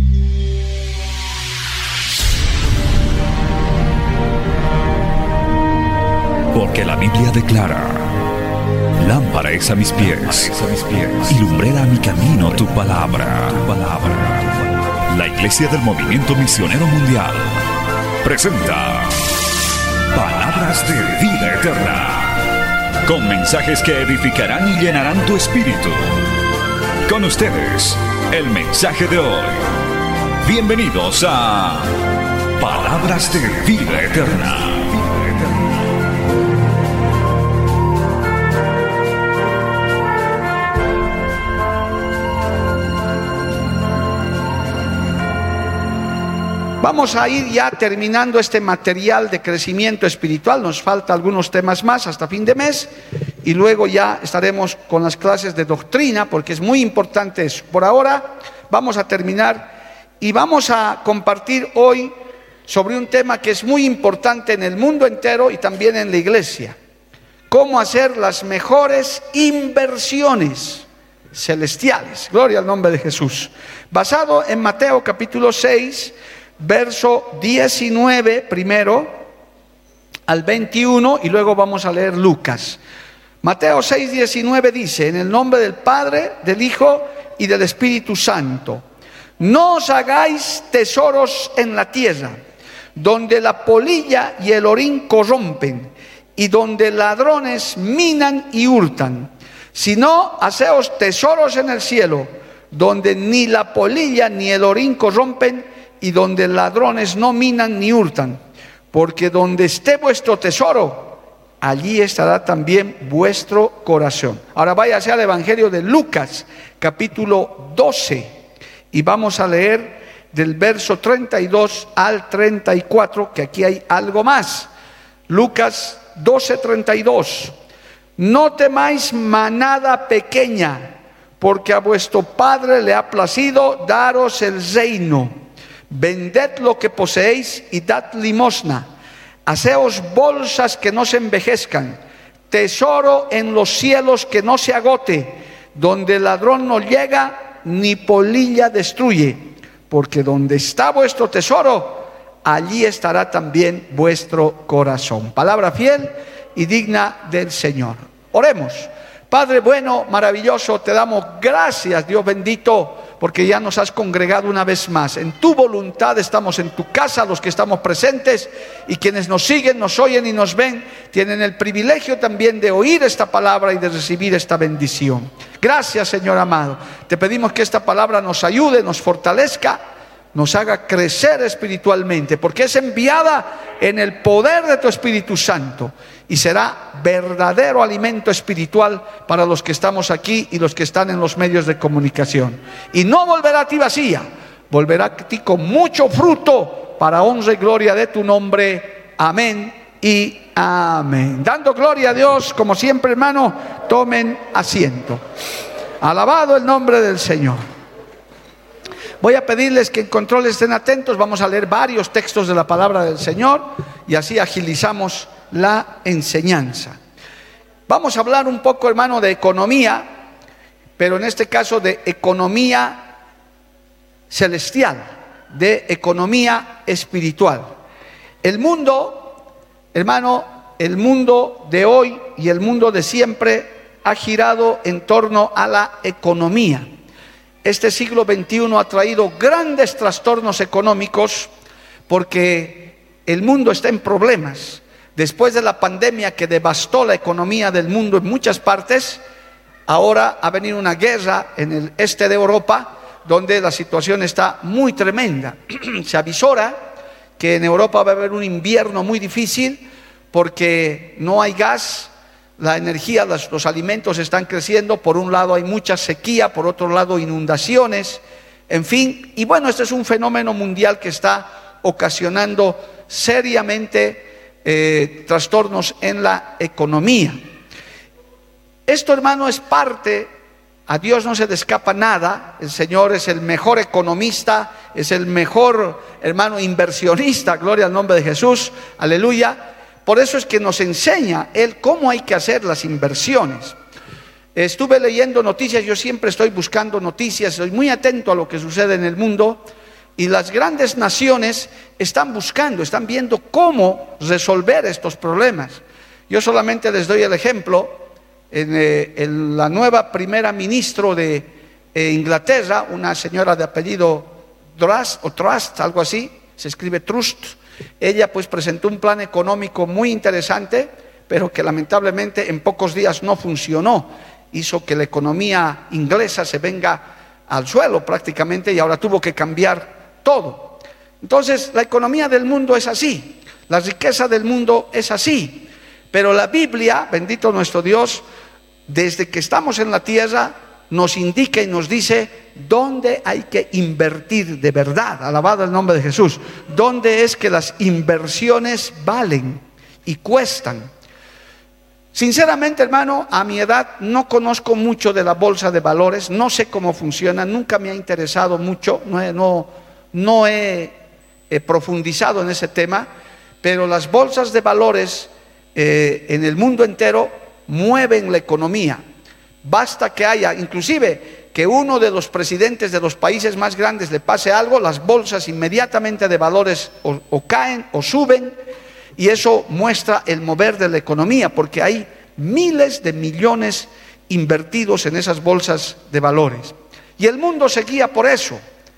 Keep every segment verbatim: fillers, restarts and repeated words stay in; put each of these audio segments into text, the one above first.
Porque la Biblia declara: lámpara es a mis pies, y lumbrera a mi camino tu palabra. Tu palabra. La Iglesia del Movimiento Misionero Mundial presenta Palabras de Vida Eterna, con mensajes que edificarán y llenarán tu espíritu. Con ustedes, el mensaje de hoy. Bienvenidos a Palabras de Vida Eterna. Vamos a ir ya terminando este material de crecimiento espiritual. Nos falta algunos temas más hasta fin de mes y luego ya estaremos con las clases de doctrina, porque es muy importante eso. Por ahora vamos a terminar y vamos a compartir hoy sobre un tema que es muy importante en el mundo entero y también en la iglesia: cómo hacer las mejores inversiones celestiales. Gloria al nombre de Jesús. Basado en Mateo capítulo seis, verso diecinueve primero al veintiuno, y luego vamos a leer Lucas. Mateo seis, diecinueve dice: en el nombre del Padre, del Hijo y del Espíritu Santo, no os hagáis tesoros en la tierra, donde la polilla y el orín corrompen, y donde ladrones minan y hurtan, sino haceos tesoros en el cielo, donde ni la polilla ni el orín corrompen, y donde ladrones no minan ni hurtan, porque donde esté vuestro tesoro, allí estará también vuestro corazón. Ahora váyase al Evangelio de Lucas, capítulo doce, y vamos a leer del verso treinta y dos al treinta y cuatro, que aquí hay algo más. Lucas doce, treinta y dos: no temáis manada pequeña, porque a vuestro Padre le ha placido daros el reino. Vended lo que poseéis y dad limosna. Haceos bolsas que no se envejezcan, tesoro en los cielos que no se agote, donde el ladrón no llega ni polilla destruye, porque donde está vuestro tesoro, allí estará también vuestro corazón. Palabra fiel y digna del Señor. Oremos. Padre bueno, maravilloso, te damos gracias, Dios bendito, porque ya nos has congregado una vez más. En tu voluntad estamos en tu casa, los que estamos presentes, y quienes nos siguen, nos oyen y nos ven, tienen el privilegio también de oír esta palabra y de recibir esta bendición. Gracias, Señor amado. Te pedimos que esta palabra nos ayude, nos fortalezca, nos haga crecer espiritualmente, porque es enviada en el poder de tu Espíritu Santo, y será verdadero alimento espiritual para los que estamos aquí y los que están en los medios de comunicación. Y no volverá a ti vacía, volverá a ti con mucho fruto, para honra y gloria de tu nombre. Amén y amén. Dando gloria a Dios, como siempre, hermano, tomen asiento. Alabado el nombre del Señor. Voy a pedirles que en control estén atentos. Vamos a leer varios textos de la palabra del Señor y así agilizamos la enseñanza. Vamos a hablar un poco, hermano, de economía, pero en este caso de economía celestial, de economía espiritual. El mundo, hermano, el mundo de hoy y el mundo de siempre ha girado en torno a la economía. Este siglo veintiuno ha traído grandes trastornos económicos porque el mundo está en problemas. Después de la pandemia que devastó la economía del mundo en muchas partes, ahora ha venido una guerra en el este de Europa, donde la situación está muy tremenda. Se avisora que en Europa va a haber un invierno muy difícil porque no hay gas, la energía, los, los alimentos están creciendo. Por un lado hay mucha sequía, por otro lado inundaciones, en fin. Y bueno, este es un fenómeno mundial que está ocasionando seriamente Eh, trastornos en la economía. Esto, hermano, es parte, a Dios no se le escapa nada. El Señor es el mejor economista, es el mejor, hermano, inversionista, gloria al nombre de Jesús, aleluya. Por eso es que nos enseña Él cómo hay que hacer las inversiones. Estuve leyendo noticias, yo siempre estoy buscando noticias, soy muy atento a lo que sucede en el mundo, Y las grandes naciones están buscando, están viendo cómo resolver estos problemas. Yo solamente les doy el ejemplo, en, eh, en la nueva primera ministra de eh, Inglaterra, una señora de apellido Trust, o Trust, algo así, se escribe Trust. Ella pues presentó un plan económico muy interesante, pero que lamentablemente en pocos días no funcionó. Hizo que la economía inglesa se venga al suelo prácticamente y ahora tuvo que cambiar todo. Entonces la economía del mundo es así, la riqueza del mundo es así, pero la Biblia, bendito nuestro Dios, desde que estamos en la tierra nos indica y nos dice dónde hay que invertir de verdad. Alabado el nombre de Jesús. Dónde es que las inversiones valen y cuestan. Sinceramente, hermano, a mi edad no conozco mucho de la bolsa de valores, no sé cómo funciona, nunca me ha interesado mucho, no he, no, no he, he profundizado en ese tema, pero las bolsas de valores eh, en el mundo entero mueven la economía. Basta que haya, inclusive, que uno de los presidentes de los países más grandes le pase algo, las bolsas inmediatamente de valores o, o caen o suben, y eso muestra el mover de la economía, porque hay miles de millones invertidos en esas bolsas de valores. Y el mundo se guía por eso.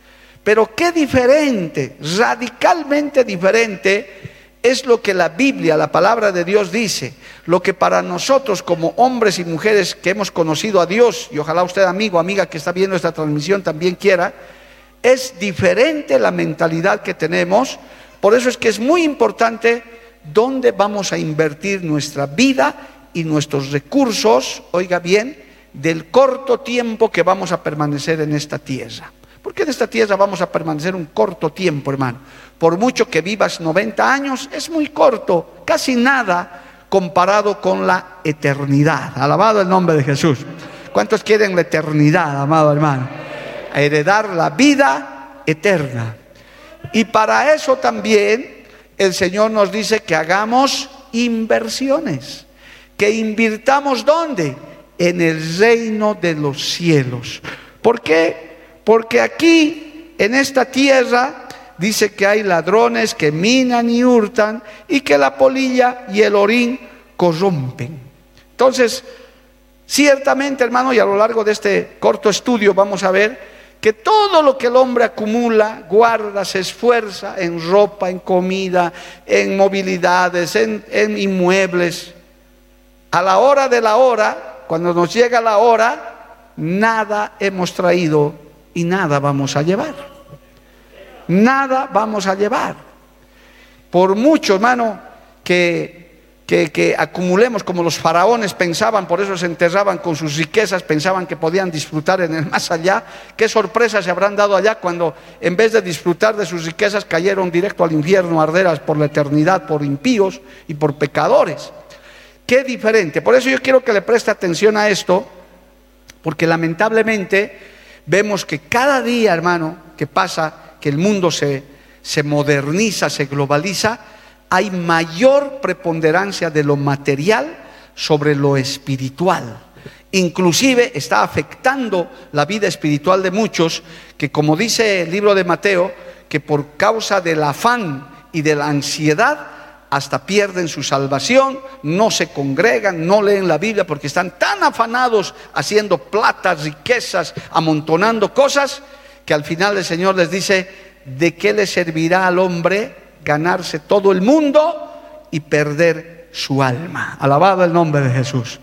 Pero qué diferente, radicalmente diferente es lo que la Biblia, la palabra de Dios dice. Lo que para nosotros como hombres y mujeres que hemos conocido a Dios, y ojalá usted, amigo, amiga que está viendo esta transmisión también quiera, es diferente la mentalidad que tenemos. Por eso es que es muy importante dónde vamos a invertir nuestra vida y nuestros recursos, oiga bien, del corto tiempo que vamos a permanecer en esta tierra. Porque en esta tierra vamos a permanecer un corto tiempo, hermano. Por mucho que vivas noventa años, es muy corto, casi nada comparado con la eternidad. Alabado el nombre de Jesús. ¿Cuántos quieren la eternidad, amado hermano? A heredar la vida eterna. Y para eso también el Señor nos dice que hagamos inversiones, que invirtamos ¿dónde? En el reino de los cielos. ¿Por qué? Porque aquí, en esta tierra, dice que hay ladrones que minan y hurtan y que la polilla y el orín corrompen. Entonces, ciertamente, hermano, y a lo largo de este corto estudio vamos a ver que todo lo que el hombre acumula, guarda, se esfuerza en ropa, en comida, en movilidades, en, en inmuebles. A la hora de la hora, cuando nos llega la hora, nada hemos traído y nada vamos a llevar. Nada vamos a llevar. Por mucho, hermano, que... Que, que acumulemos como los faraones pensaban, por eso se enterraban con sus riquezas, pensaban que podían disfrutar en el más allá. Qué sorpresas se habrán dado allá cuando en vez de disfrutar de sus riquezas cayeron directo al infierno, arderas por la eternidad, por impíos y por pecadores. Qué diferente. Por eso yo quiero que le preste atención a esto, porque lamentablemente vemos que cada día, hermano, que pasa, que el mundo se, se moderniza, se globaliza, hay mayor preponderancia de lo material sobre lo espiritual. Inclusive está afectando la vida espiritual de muchos, que como dice el libro de Mateo, que por causa del afán y de la ansiedad hasta pierden su salvación, no se congregan, no leen la Biblia porque están tan afanados haciendo plata, riquezas, amontonando cosas, que al final el Señor les dice: ¿de qué le servirá al hombre ganarse todo el mundo y perder su alma? Alabado el nombre de Jesús.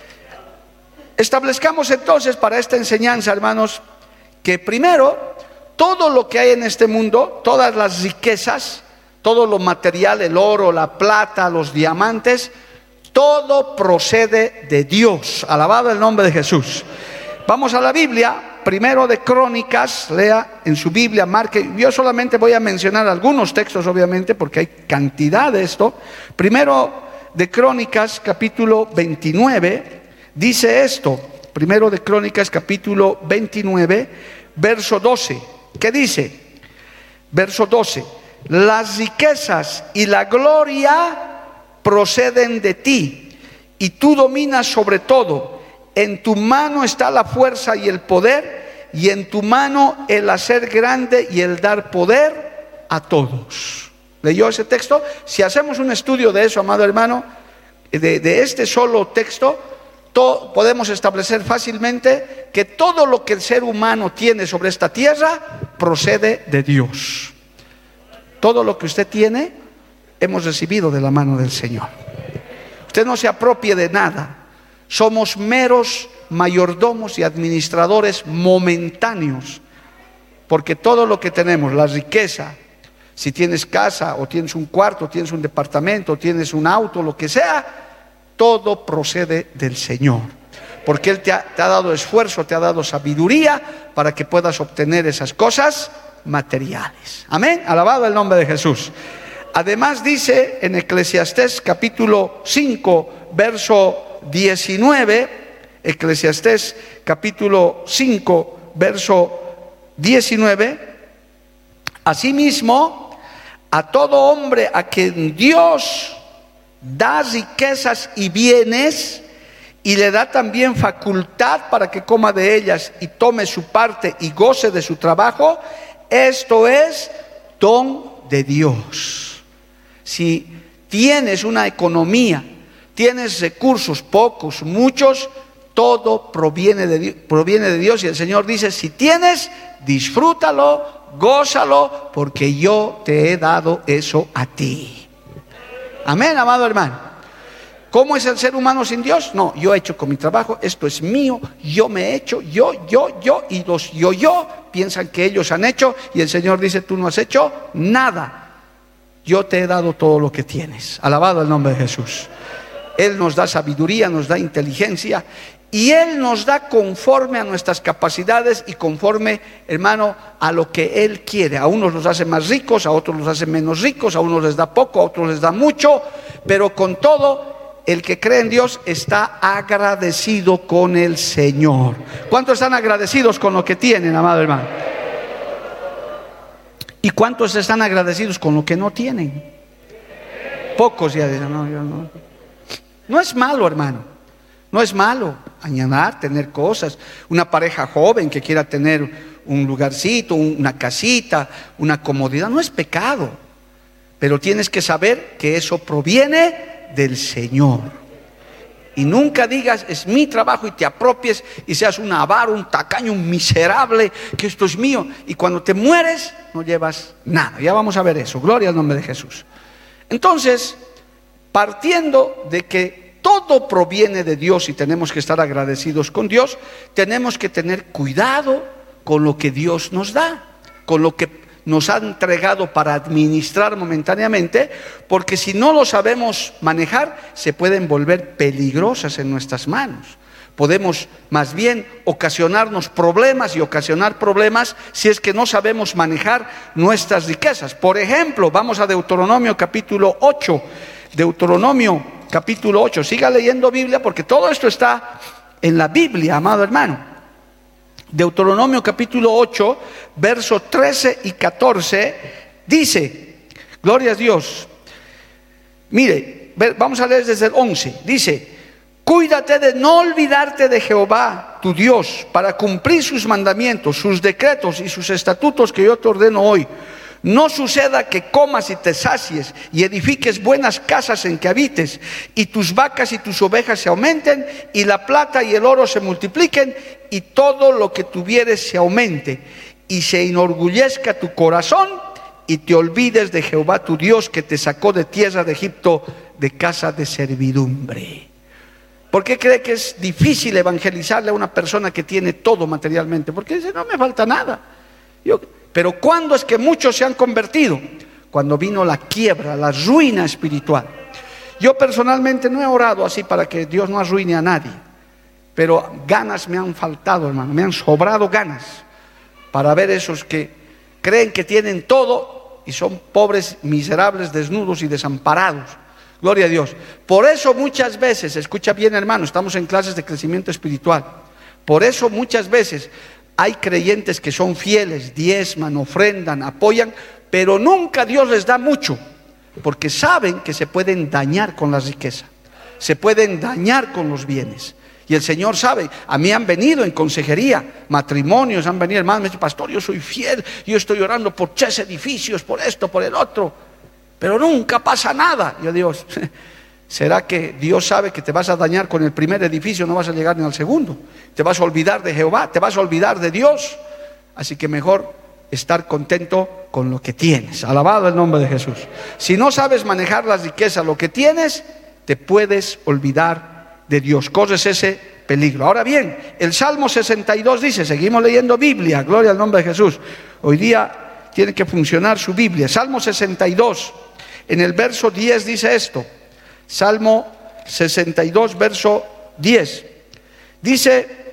Establezcamos entonces para esta enseñanza, hermanos, que primero, todo lo que hay en este mundo, todas las riquezas, todo lo material, el oro, la plata, los diamantes, todo procede de Dios. Alabado el nombre de Jesús. Vamos a la Biblia. Primero de Crónicas, lea en su Biblia, marque. Yo solamente voy a mencionar algunos textos, obviamente, porque hay cantidad de esto. Primero de Crónicas, capítulo veintinueve, dice esto. Primero de Crónicas, capítulo veintinueve, verso doce. ¿Qué dice? Verso doce. Las riquezas y la gloria proceden de ti, y tú dominas sobre todo. En tu mano está la fuerza y el poder, y en tu mano el hacer grande y el dar poder a todos. ¿Leyó ese texto? Si hacemos un estudio de eso, amado hermano, de, de este solo texto, to, podemos establecer fácilmente que todo lo que el ser humano tiene sobre esta tierra procede de Dios. Todo lo que usted tiene hemos recibido de la mano del Señor. Usted no se apropie de nada. Somos meros mayordomos y administradores momentáneos, porque todo lo que tenemos, la riqueza, si tienes casa o tienes un cuarto, o tienes un departamento, o tienes un auto, lo que sea, todo procede del Señor, porque Él te ha, te ha dado esfuerzo, te ha dado sabiduría para que puedas obtener esas cosas materiales. Amén, alabado el nombre de Jesús. Además dice en Eclesiastés capítulo cinco, verso diecinueve, Eclesiastés capítulo cinco, verso diecinueve, asimismo, a todo hombre a quien Dios da riquezas y bienes y le da también facultad para que coma de ellas y tome su parte y goce de su trabajo, esto es don de Dios. Si tienes una economía, tienes recursos, pocos, muchos, todo proviene de Dios, proviene de Dios. Y el Señor dice, si tienes, disfrútalo, gózalo, porque yo te he dado eso a ti. Amén, amado hermano. ¿Cómo es el ser humano sin Dios? No, yo he hecho con mi trabajo, esto es mío, yo me he hecho, yo, yo, yo, y los yo, yo piensan que ellos han hecho, y el Señor dice, tú no has hecho nada. Yo te he dado todo lo que tienes. Alabado el nombre de Jesús. Él nos da sabiduría, nos da inteligencia, y Él nos da conforme a nuestras capacidades y conforme, hermano, a lo que Él quiere. A unos los hace más ricos, a otros los hace menos ricos, a unos les da poco, a otros les da mucho, pero con todo, el que cree en Dios está agradecido con el Señor. ¿Cuántos están agradecidos con lo que tienen, amado hermano? ¿Y cuántos están agradecidos con lo que no tienen? Pocos ya dicen, no, yo no. No es malo, hermano. No es malo añorar, tener cosas. Una pareja joven que quiera tener un lugarcito, una casita, una comodidad, no es pecado. Pero tienes que saber que eso proviene del Señor. Y nunca digas, es mi trabajo, y te apropies y seas un avaro, un tacaño, un miserable, que esto es mío. Y cuando te mueres, no llevas nada. Ya vamos a ver eso. Gloria al nombre de Jesús. Entonces, partiendo de que todo proviene de Dios y tenemos que estar agradecidos con Dios, tenemos que tener cuidado con lo que Dios nos da, con lo que nos ha entregado para administrar momentáneamente, porque si no lo sabemos manejar, se pueden volver peligrosas en nuestras manos. Podemos más bien ocasionarnos problemas y ocasionar problemas si es que no sabemos manejar nuestras riquezas. Por ejemplo, vamos a Deuteronomio capítulo ocho. Deuteronomio capítulo ocho. Siga leyendo Biblia, porque todo esto está en la Biblia, amado hermano. Deuteronomio capítulo ocho, versos trece y catorce, dice, gloria a Dios. Mire, vamos a leer desde el once. Dice, cuídate de no olvidarte de Jehová tu Dios, para cumplir sus mandamientos, sus decretos y sus estatutos que yo te ordeno hoy. No suceda que comas y te sacies y edifiques buenas casas en que habites, y tus vacas y tus ovejas se aumenten, y la plata y el oro se multipliquen, y todo lo que tuvieres se aumente, y se enorgullezca tu corazón, y te olvides de Jehová tu Dios, que te sacó de tierra de Egipto, de casa de servidumbre. ¿Por qué cree que es difícil evangelizarle a una persona que tiene todo materialmente? Porque dice, no me falta nada. Yo... Pero ¿cuándo es que muchos se han convertido? Cuando vino la quiebra, la ruina espiritual. Yo personalmente no he orado así para que Dios no arruine a nadie, pero ganas me han faltado, hermano, me han sobrado ganas para ver esos que creen que tienen todo y son pobres, miserables, desnudos y desamparados. Gloria a Dios. Por eso muchas veces, escucha bien, hermano, estamos en clases de crecimiento espiritual. Por eso muchas veces hay creyentes que son fieles, diezman, ofrendan, apoyan, pero nunca Dios les da mucho, porque saben que se pueden dañar con la riqueza, se pueden dañar con los bienes. Y el Señor sabe, a mí han venido en consejería, matrimonios, han venido hermanos, me dicen, pastor, yo soy fiel, yo estoy orando por tres edificios, por esto, por el otro, pero nunca pasa nada. Yo digo, ¿será que Dios sabe que te vas a dañar con el primer edificio, no vas a llegar ni al segundo? Te vas a olvidar de Jehová, te vas a olvidar de Dios. Así que mejor estar contento con lo que tienes. Alabado el nombre de Jesús. Si no sabes manejar las riquezas, lo que tienes, te puedes olvidar de Dios, corres ese peligro. Ahora bien, el Salmo sesenta y dos dice, seguimos leyendo Biblia, gloria al nombre de Jesús. Hoy día tiene que funcionar su Biblia. Salmo sesenta y dos, en el verso diez dice esto. Salmo sesenta y dos, verso diez. Dice,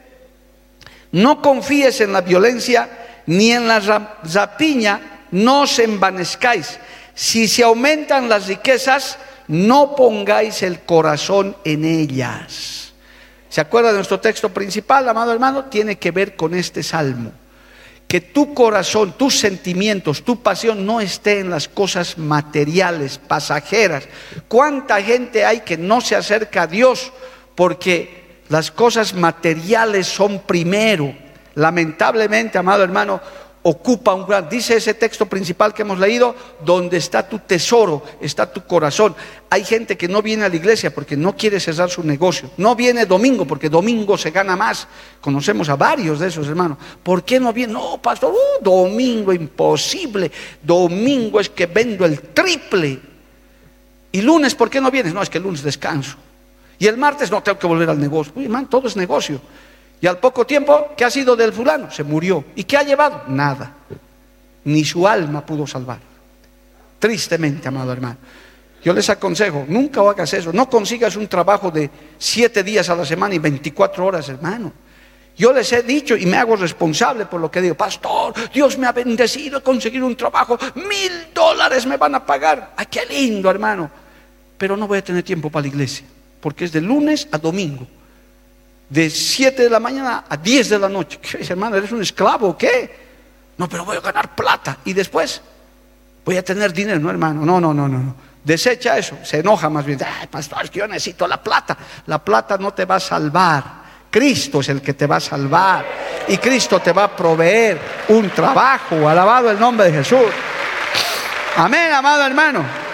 no confíes en la violencia ni en la rapiña, no os envanezcáis. Si se aumentan las riquezas, no pongáis el corazón en ellas. ¿Se acuerda de nuestro texto principal, amado hermano? Tiene que ver con este salmo. Que tu corazón, tus sentimientos, tu pasión no esté en las cosas materiales, pasajeras. ¿Cuánta gente hay que no se acerca a Dios porque las cosas materiales son primero? Lamentablemente, amado hermano, ocupa un gran, dice ese texto principal que hemos leído, donde está tu tesoro, está tu corazón. Hay gente que no viene a la iglesia porque no quiere cerrar su negocio, no viene domingo porque domingo se gana más. Conocemos a varios de esos hermanos. ¿Por qué no viene? No, pastor, uh, domingo imposible, domingo es que vendo el triple. Y lunes, ¿por qué no vienes? No, es que el lunes descanso. Y el martes no, tengo que volver al negocio. Uy, hermano, todo es negocio. Y al poco tiempo, ¿qué ha sido del fulano? Se murió. ¿Y qué ha llevado? Nada. Ni su alma pudo salvar. Tristemente, amado hermano. Yo les aconsejo, nunca hagas eso. No consigas un trabajo de siete días a la semana y veinticuatro horas, hermano. Yo les he dicho y me hago responsable por lo que digo. Pastor, Dios me ha bendecido a conseguir un trabajo. Mil dólares me van a pagar. ¡Ay, qué lindo, hermano! Pero no voy a tener tiempo para la iglesia, porque es de lunes a domingo. De siete de la mañana a diez de la noche. ¿Qué dice, hermano? ¿Eres un esclavo o qué? No, pero voy a ganar plata. Y después voy a tener dinero. No, hermano, no, no, no, no. Desecha eso, se enoja más bien. Ay, pastor, es que yo necesito la plata. La plata no te va a salvar. Cristo es el que te va a salvar. Y Cristo te va a proveer un trabajo. Alabado el nombre de Jesús. Amén, amado hermano.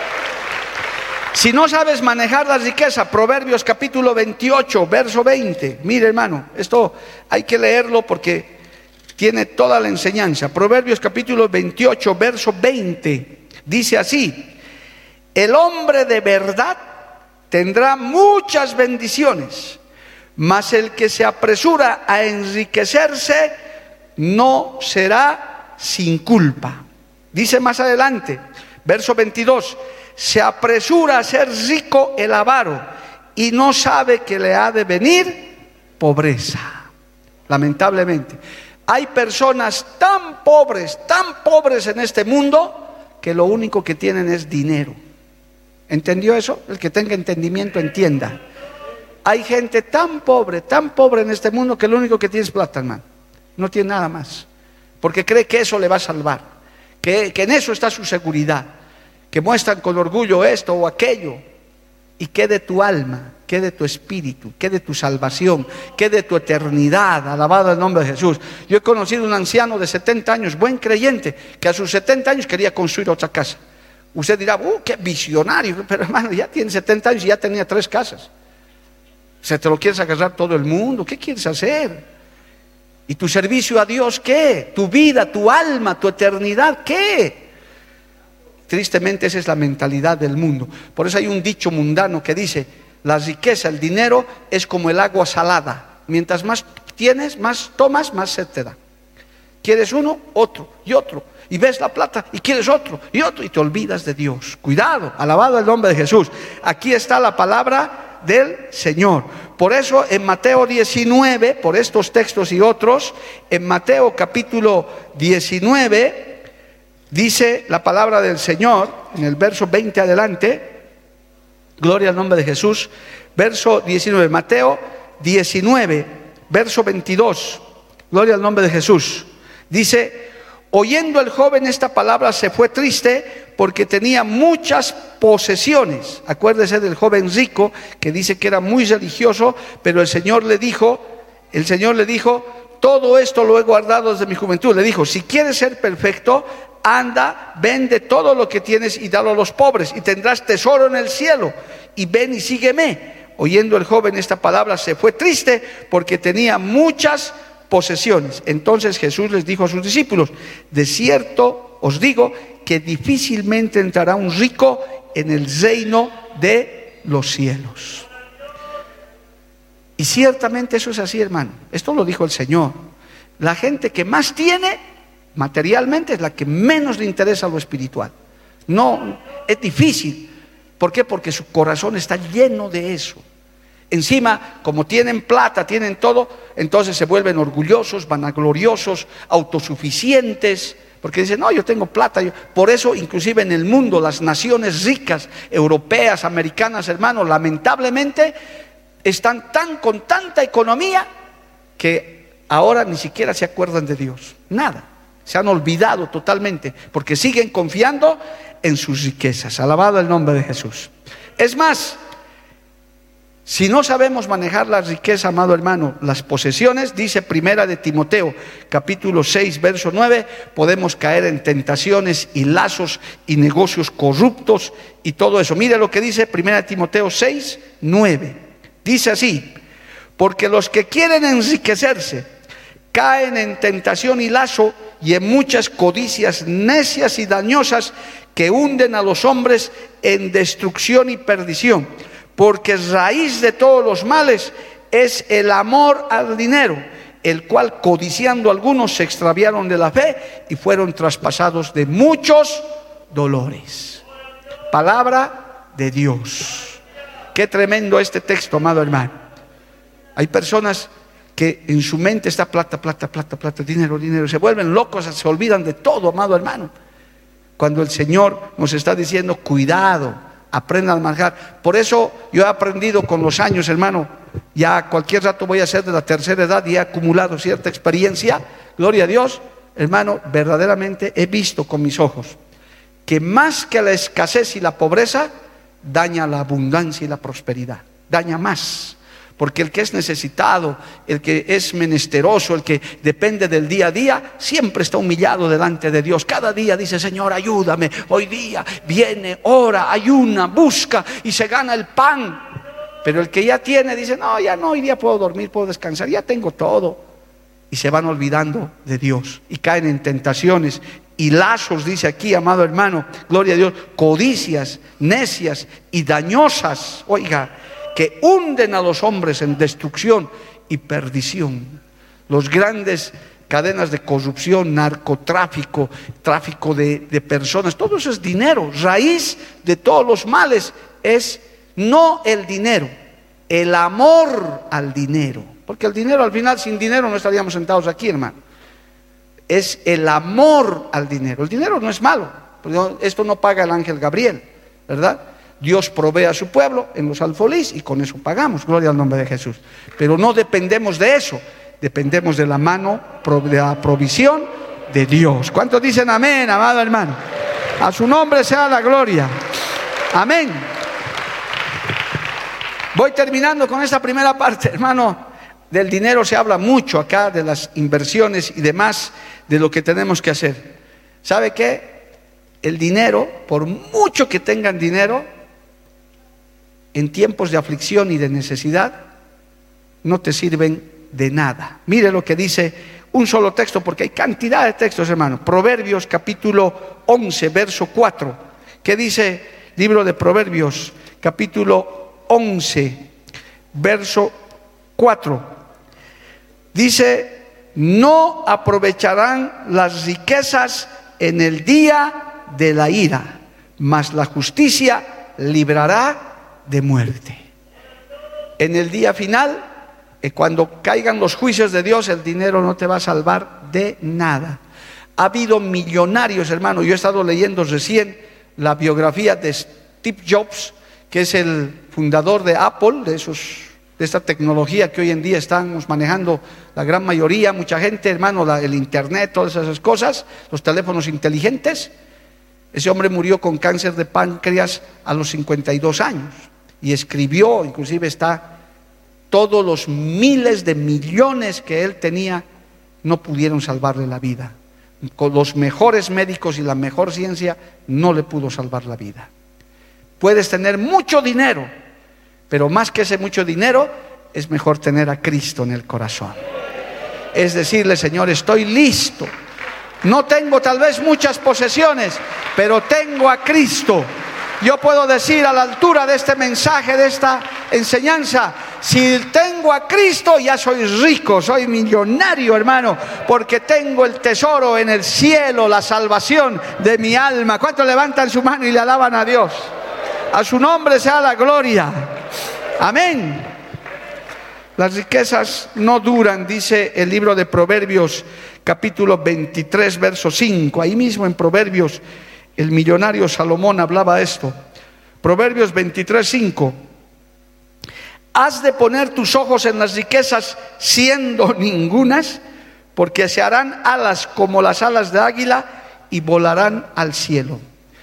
Si no sabes manejar la riqueza, Proverbios capítulo veintiocho, verso veinte. Mire, hermano, esto hay que leerlo porque tiene toda la enseñanza. Proverbios capítulo veintiocho, verso veinte. Dice así: el hombre de verdad tendrá muchas bendiciones, mas el que se apresura a enriquecerse no será sin culpa. Dice más adelante, verso veintidós: se apresura a ser rico el avaro y no sabe que le ha de venir pobreza. Lamentablemente, hay personas tan pobres, tan pobres en este mundo, que lo único que tienen es dinero. ¿Entendió eso? El que tenga entendimiento entienda. Hay gente tan pobre, tan pobre en este mundo, que lo único que tiene es plata, hermano. No tiene nada más, porque cree que eso le va a salvar, que, que en eso está su seguridad. Que muestran con orgullo esto o aquello. ¿Y qué de tu alma? ¿Qué de tu espíritu? ¿Qué de tu salvación? ¿Qué de tu eternidad? Alabado el nombre de Jesús. Yo he conocido un anciano de setenta años, buen creyente, que a sus setenta años quería construir otra casa. Usted dirá, ¡uh, qué visionario! Pero hermano, ya tiene setenta años y ya tenía tres casas. ¿Se te lo quieres agarrar todo el mundo? ¿Qué quieres hacer? ¿Y tu servicio a Dios qué? ¿Tu vida, tu alma, tu eternidad qué? Tristemente esa es la mentalidad del mundo. Por eso hay un dicho mundano que dice: la riqueza, el dinero es como el agua salada. Mientras más tienes, más tomas, más sed te da. Quieres uno, otro y otro. Y ves la plata y quieres otro y otro y te olvidas de Dios. Cuidado, alabado el nombre de Jesús. Aquí está la palabra del Señor. Por eso en Mateo diecinueve, por estos textos y otros, en Mateo capítulo diecinueve, dice la palabra del Señor, en el verso veinte adelante, gloria al nombre de Jesús, verso diecinueve, Mateo diecinueve, verso veintidós, gloria al nombre de Jesús. Dice: oyendo el joven esta palabra se fue triste, porque tenía muchas posesiones. Acuérdese del joven rico que dice que era muy religioso, pero el Señor le dijo, el Señor le dijo, todo esto lo he guardado desde mi juventud. Le dijo, si quieres ser perfecto, anda, vende todo lo que tienes y dalo a los pobres, y tendrás tesoro en el cielo, y ven y sígueme. Oyendo el joven esta palabra, se fue triste porque tenía muchas posesiones. Entonces Jesús les dijo a sus discípulos, de cierto os digo que difícilmente entrará un rico en el reino de los cielos. Y ciertamente eso es así, hermano. Esto lo dijo el Señor. La gente que más tiene materialmente es la que menos le interesa lo espiritual. No, es difícil. ¿Por qué? Porque su corazón está lleno de eso. Encima, como tienen plata, tienen todo, entonces se vuelven orgullosos, vanagloriosos, autosuficientes, porque dicen, no, yo tengo plata. Yo... Por eso, inclusive en el mundo, las naciones ricas, europeas, americanas, hermanos, lamentablemente, están tan con tanta economía que ahora ni siquiera se acuerdan de Dios. Nada. Se han olvidado totalmente, porque siguen confiando en sus riquezas. Alabado el nombre de Jesús. Es más, si no sabemos manejar la riqueza, amado hermano, las posesiones, dice Primera de Timoteo, capítulo seis, verso nueve, podemos caer en tentaciones y lazos y negocios corruptos y todo eso. Mire lo que dice Primera de Timoteo seis, nueve. Dice así, porque los que quieren enriquecerse caen en tentación y lazo y en muchas codicias necias y dañosas que hunden a los hombres en destrucción y perdición, porque raíz de todos los males es el amor al dinero, el cual codiciando algunos se extraviaron de la fe y fueron traspasados de muchos dolores. Palabra de Dios. Qué tremendo este texto, amado hermano. Hay personas que en su mente está plata, plata, plata, plata, dinero, dinero, se vuelven locos, se olvidan de todo, amado hermano. Cuando el Señor nos está diciendo, cuidado, aprendan a manejar. Por eso yo he aprendido con los años, hermano, ya cualquier rato voy a ser de la tercera edad y he acumulado cierta experiencia, gloria a Dios, hermano, verdaderamente he visto con mis ojos que más que la escasez y la pobreza, daña la abundancia y la prosperidad, daña más. Porque el que es necesitado, el que es menesteroso, el que depende del día a día, siempre está humillado delante de Dios. Cada día dice, Señor, ayúdame. Hoy día viene, ora, ayuna, busca y se gana el pan. Pero el que ya tiene dice, no, ya no, hoy día puedo dormir, puedo descansar, ya tengo todo. Y se van olvidando de Dios y caen en tentaciones y lazos, dice aquí, amado hermano, gloria a Dios, codicias necias y dañosas, oiga, que hunden a los hombres en destrucción y perdición. Los grandes cadenas de corrupción, narcotráfico, tráfico de, de personas, todo eso es dinero. Raíz de todos los males es no el dinero, el amor al dinero. Porque el dinero, al final, sin dinero no estaríamos sentados aquí, hermano. Es el amor al dinero. El dinero no es malo, porque esto no paga el ángel Gabriel, ¿verdad? Dios provee a su pueblo en los alfolís y con eso pagamos, gloria al nombre de Jesús. Pero no dependemos de eso, dependemos de la mano, de la provisión de Dios. ¿Cuántos dicen amén, amado hermano? A su nombre sea la gloria. Amén. Voy terminando con esta primera parte, hermano. Del dinero se habla mucho acá, de las inversiones y demás, de lo que tenemos que hacer. ¿Sabe qué? El dinero, por mucho que tengan dinero, en tiempos de aflicción y de necesidad, no te sirven de nada. Mire lo que dice un solo texto, porque hay cantidad de textos, hermano. Proverbios capítulo once, verso cuatro. ¿Qué dice libro de Proverbios capítulo once, verso cuatro? Dice, no aprovecharán las riquezas en el día de la ira, mas la justicia librará de muerte. En el día final, eh, cuando caigan los juicios de Dios, el dinero no te va a salvar de nada. Ha habido millonarios, hermano. Yo he estado leyendo recién la biografía de Steve Jobs, que es el fundador de Apple, de esos, de esta tecnología que hoy en día estamos manejando la gran mayoría, mucha gente, hermano, la, el internet, todas esas cosas, los teléfonos inteligentes. Ese hombre murió con cáncer de páncreas a los cincuenta y dos años y escribió, inclusive está, todos los miles de millones que él tenía no pudieron salvarle la vida. Con los mejores médicos y la mejor ciencia no le pudo salvar la vida. Puedes tener mucho dinero, pero más que ese mucho dinero, es mejor tener a Cristo en el corazón. Es decirle, Señor, estoy listo. No tengo tal vez muchas posesiones, pero tengo a Cristo. Yo puedo decir a la altura de este mensaje, de esta enseñanza, si tengo a Cristo ya soy rico, soy millonario, hermano, porque tengo el tesoro en el cielo, la salvación de mi alma. ¿Cuántos levantan su mano y le alaban a Dios? A su nombre sea la gloria. Amén. Las riquezas no duran, dice el libro de Proverbios, capítulo veintitrés, verso cinco. Ahí mismo en Proverbios, el millonario Salomón hablaba esto. Proverbios veintitrés, cinco. Has de poner tus ojos en las riquezas siendo ningunas, porque se harán alas como las alas de águila y volarán al cielo.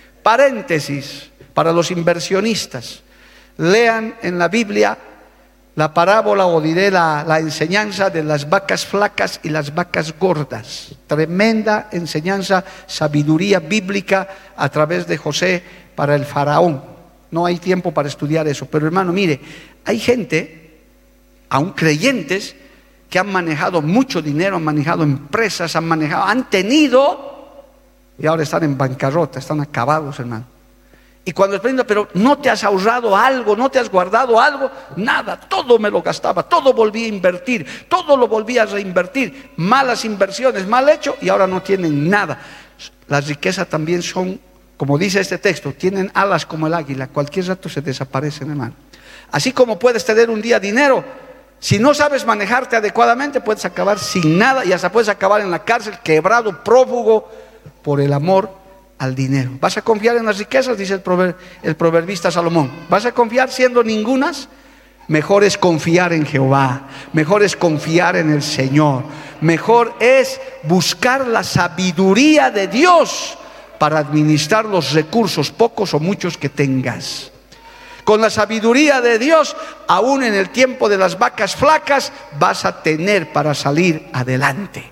Paréntesis para los inversionistas. Lean en la Biblia la parábola, o diré la, la enseñanza de las vacas flacas y las vacas gordas. Tremenda enseñanza, sabiduría bíblica a través de José para el faraón. No hay tiempo para estudiar eso, pero hermano, mire, hay gente, aún creyentes, que han manejado mucho dinero, han manejado empresas, han manejado, han tenido, y ahora están en bancarrota, están acabados, hermano. Y cuando les pregunto, pero ¿no te has ahorrado algo? ¿No te has guardado algo? Nada, todo me lo gastaba, todo volví a invertir, todo lo volví a reinvertir. Malas inversiones, mal hecho, y ahora no tienen nada. Las riquezas también son, como dice este texto, tienen alas como el águila, cualquier rato se desaparecen, hermano. Así como puedes tener un día dinero, si no sabes manejarte adecuadamente, puedes acabar sin nada y hasta puedes acabar en la cárcel, quebrado, prófugo, por el amor al dinero. ¿Vas a confiar en las riquezas? Dice el, prover, el proverbista Salomón. ¿Vas a confiar siendo ningunas? Mejor es confiar en Jehová, mejor es confiar en el Señor, mejor es buscar la sabiduría de Dios para administrar los recursos, pocos o muchos que tengas. Con la sabiduría de Dios, aún en el tiempo de las vacas flacas, vas a tener para salir adelante.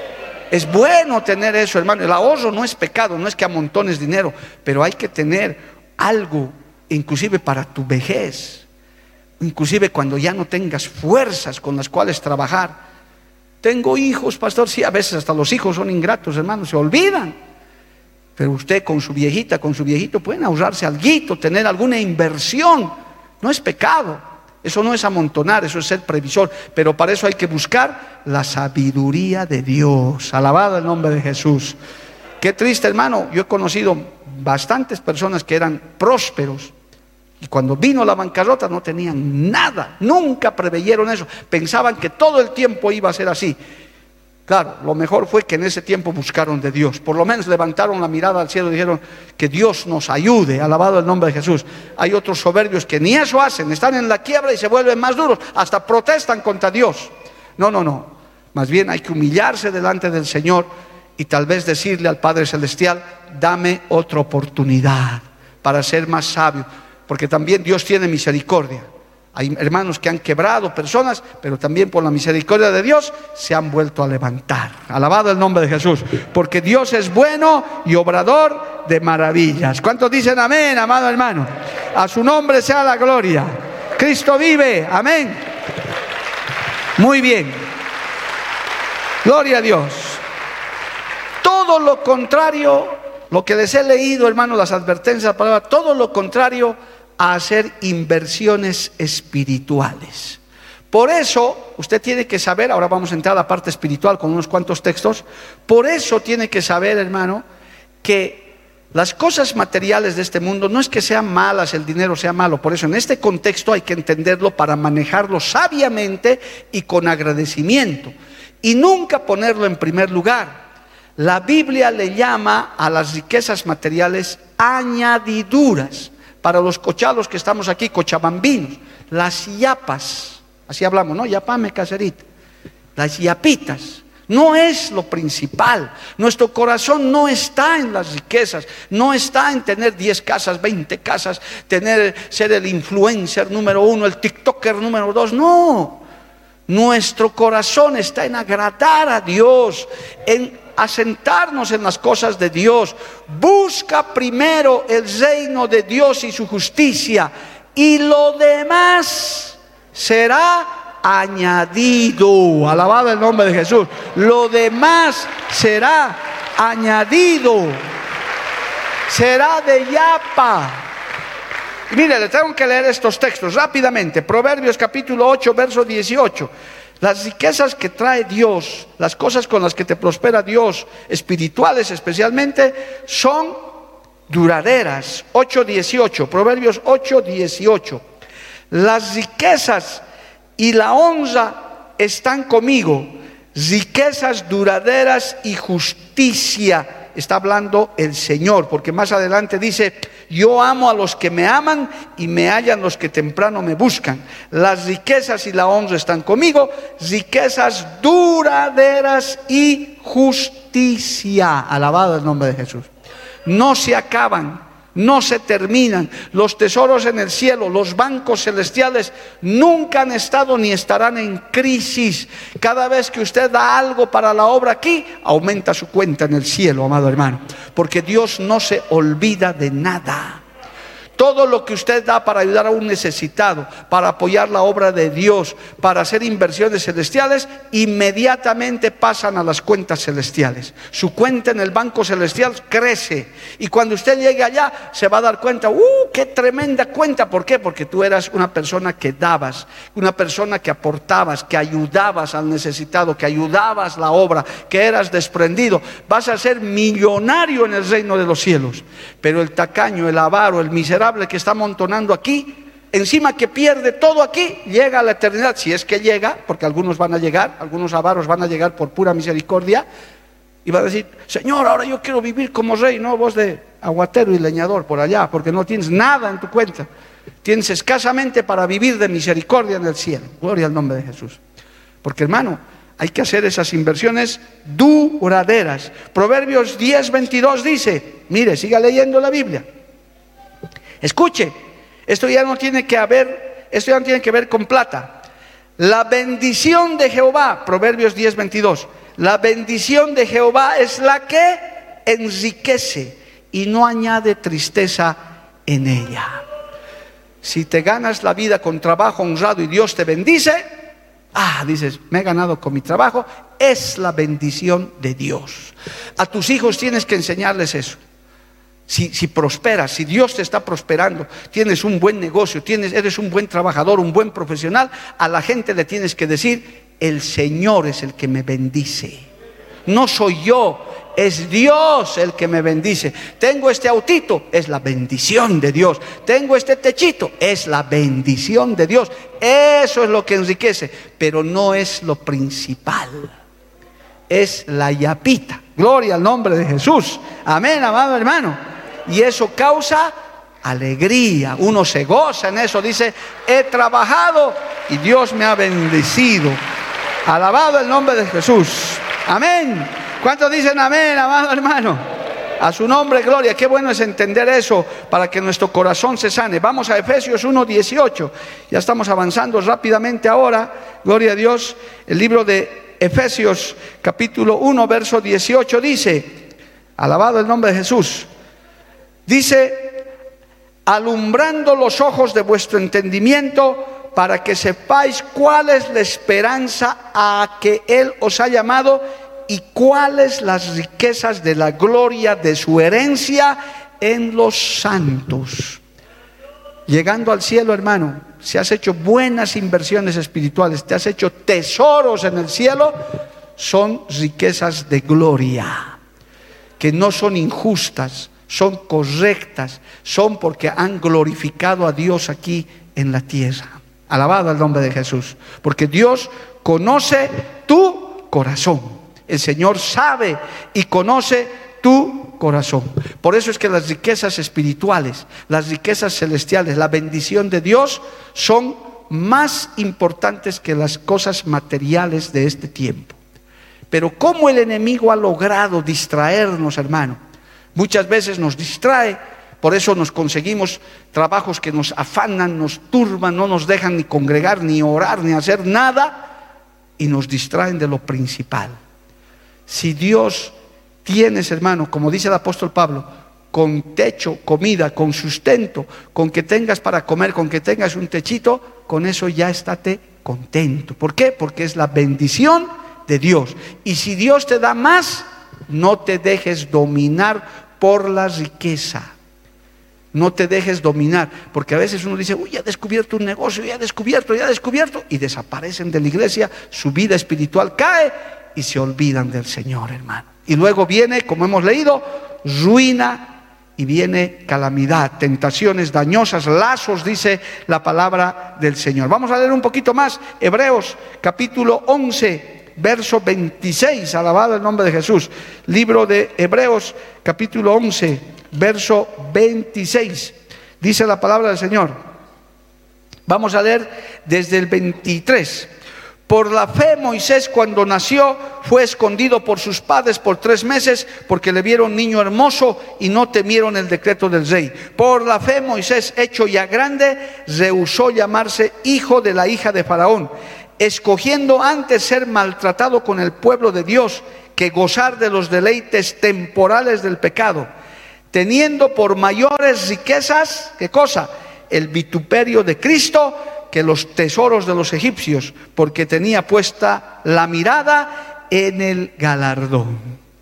Es bueno tener eso, hermano. El ahorro no es pecado, no es que amontones dinero, pero hay que tener algo, inclusive para tu vejez, inclusive cuando ya no tengas fuerzas con las cuales trabajar. Tengo hijos, pastor, sí, a veces hasta los hijos son ingratos, hermano, se olvidan. Pero usted con su viejita, con su viejito, pueden ahorrarse alguito, tener alguna inversión. No es pecado. Eso no es amontonar, eso es ser previsor. Pero para eso hay que buscar la sabiduría de Dios. Alabado el nombre de Jesús. Qué triste, hermano. Yo he conocido bastantes personas que eran prósperos y cuando vino la bancarrota no tenían nada. Nunca preveyeron eso. Pensaban que todo el tiempo iba a ser así. Claro, lo mejor fue que en ese tiempo buscaron de Dios. Por lo menos levantaron la mirada al cielo y dijeron que Dios nos ayude. Alabado el nombre de Jesús. Hay otros soberbios que ni eso hacen. Están en la quiebra y se vuelven más duros. Hasta protestan contra Dios. No, no, no. Más bien hay que humillarse delante del Señor y tal vez decirle al Padre Celestial, dame otra oportunidad para ser más sabio. Porque también Dios tiene misericordia. Hay hermanos que han quebrado personas, pero también por la misericordia de Dios se han vuelto a levantar. Alabado el nombre de Jesús, porque Dios es bueno y obrador de maravillas. ¿Cuántos dicen amén, amado hermano? A su nombre sea la gloria. Cristo vive, amén. Muy bien. Gloria a Dios. Todo lo contrario, lo que les he leído, hermano, las advertencias, la palabra, todo lo contrario a hacer inversiones espirituales. Por eso usted tiene que saber, ahora vamos a entrar a la parte espiritual con unos cuantos textos. Por eso tiene que saber, hermano, que las cosas materiales de este mundo no es que sean malas, el dinero sea malo. Por eso en este contexto hay que entenderlo para manejarlo sabiamente y con agradecimiento y nunca ponerlo en primer lugar. La Biblia le llama a las riquezas materiales añadiduras. Para los cochalos que estamos aquí, cochabambinos, las yapas, así hablamos, ¿no? Yapame caserita, las yapitas, No es lo principal. Nuestro corazón no está en las riquezas, no está en tener diez casas, veinte casas, tener, ser el influencer número uno, el TikToker número dos. No, nuestro corazón está en agradar a Dios, en asentarnos en las cosas de Dios. Busca primero el reino de Dios y su justicia, y lo demás será añadido. Alabado el nombre de Jesús. Lo demás será añadido, será de yapa. Y mire, le tengo que leer estos textos rápidamente. Proverbios capítulo ocho, verso dieciocho. Las riquezas que trae Dios, las cosas con las que te prospera Dios, espirituales especialmente, son duraderas. ocho dieciocho, Proverbios ocho dieciocho. Las riquezas y la honra están conmigo, riquezas duraderas y justicia. Está hablando el Señor, porque más adelante dice: yo amo a los que me aman y me hallan los que temprano me buscan. Las riquezas y la honra están conmigo, riquezas duraderas y justicia. Alabado el nombre de Jesús. No se acaban, no se terminan. Los tesoros en el cielo, los bancos celestiales nunca han estado ni estarán en crisis. Cada vez que usted da algo para la obra aquí, aumenta su cuenta en el cielo, amado hermano, porque Dios no se olvida de nada. Todo lo que usted da para ayudar a un necesitado, para apoyar la obra de Dios, para hacer inversiones celestiales, inmediatamente pasan a las cuentas celestiales. Su cuenta en el banco celestial crece, y cuando usted llegue allá se va a dar cuenta: ¡uh, qué tremenda cuenta! ¿Por qué? Porque tú eras una persona que dabas, una persona que aportabas, que ayudabas al necesitado, que ayudabas la obra, que eras desprendido. Vas a ser millonario en el reino de los cielos. Pero el tacaño, el avaro, el miserable que está amontonando aquí, encima que pierde todo aquí, llega a la eternidad, si es que llega, porque algunos van a llegar, algunos avaros van a llegar por pura misericordia, y va a decir: Señor, ahora yo quiero vivir como rey. No, vos de aguatero y leñador por allá, porque no tienes nada en tu cuenta, tienes escasamente para vivir de misericordia en el cielo. Gloria al nombre de Jesús. Porque, hermano, hay que hacer esas inversiones duraderas. Proverbios diez veintidós dice, mire, siga leyendo la Biblia. Escuche, esto ya no tiene que haber, esto ya no tiene que ver con plata. La bendición de Jehová, Proverbios diez veintidós, la bendición de Jehová es la que enriquece y no añade tristeza en ella. Si te ganas la vida con trabajo honrado y Dios te bendice, ah, dices, me he ganado con mi trabajo, es la bendición de Dios. A tus hijos tienes que enseñarles eso. Si, si prosperas, si Dios te está prosperando, tienes un buen negocio, tienes, eres un buen trabajador, un buen profesional, a la gente le tienes que decir: el Señor es el que me bendice. No soy yo, es Dios el que me bendice. Tengo este autito, es la bendición de Dios. Tengo este techito, es la bendición de Dios. Eso es lo que enriquece, pero no es lo principal. Es la yapita. Gloria al nombre de Jesús. Amén, amado hermano. Y eso causa alegría. Uno se goza en eso. Dice: he trabajado y Dios me ha bendecido. Alabado el nombre de Jesús. Amén. ¿Cuántos dicen amén, amado hermano? A su nombre, gloria. Qué bueno es entender eso para que nuestro corazón se sane. Vamos a Efesios uno dieciocho. Ya estamos avanzando rápidamente ahora. Gloria a Dios. El libro de Efesios capítulo uno verso dieciocho dice: alabado el nombre de Jesús. Dice: alumbrando los ojos de vuestro entendimiento, para que sepáis cuál es la esperanza a que Él os ha llamado y cuáles las riquezas de la gloria de su herencia en los santos. Llegando al cielo, hermano, si has hecho buenas inversiones espirituales, te has hecho tesoros en el cielo, son riquezas de gloria, que no son injustas, son correctas, son porque han glorificado a Dios aquí en la tierra. Alabado el nombre de Jesús, porque Dios conoce tu corazón. El Señor sabe y conoce tu corazón. Por eso es que las riquezas espirituales, las riquezas celestiales, la bendición de Dios son más importantes que las cosas materiales de este tiempo. Pero cómo el enemigo ha logrado distraernos, hermano. Muchas veces nos distrae, por eso nos conseguimos trabajos que nos afanan, nos turban, no nos dejan ni congregar, ni orar, ni hacer nada, y nos distraen de lo principal. Si Dios tienes, hermano, como dice el apóstol Pablo, con techo, comida, con sustento, con que tengas para comer, con que tengas un techito, con eso ya estate contento. ¿Por qué? Porque es la bendición de Dios. Y si Dios te da más, no te dejes dominar por la riqueza. No te dejes dominar, porque a veces uno dice, uy, ya he descubierto un negocio, ya he descubierto, ya he descubierto, y desaparecen de la iglesia, su vida espiritual cae y se olvidan del Señor, hermano. Y luego viene, como hemos leído, ruina y viene calamidad, tentaciones dañosas, lazos, dice la palabra del Señor. Vamos a leer un poquito más, Hebreos capítulo once, verso veintiséis, alabado el nombre de Jesús. Libro de Hebreos capítulo once, verso veintiséis, dice la palabra del Señor. Vamos a leer desde el veintitrés. Por la fe Moisés, cuando nació, fue escondido por sus padres por tres meses porque le vieron niño hermoso y no temieron el decreto del rey. Por la fe Moisés, hecho ya grande, rehusó llamarse hijo de la hija de Faraón, escogiendo antes ser maltratado con el pueblo de Dios que gozar de los deleites temporales del pecado, teniendo por mayores riquezas, ¿qué cosa? El vituperio de Cristo que los tesoros de los egipcios, porque tenía puesta la mirada en el galardón.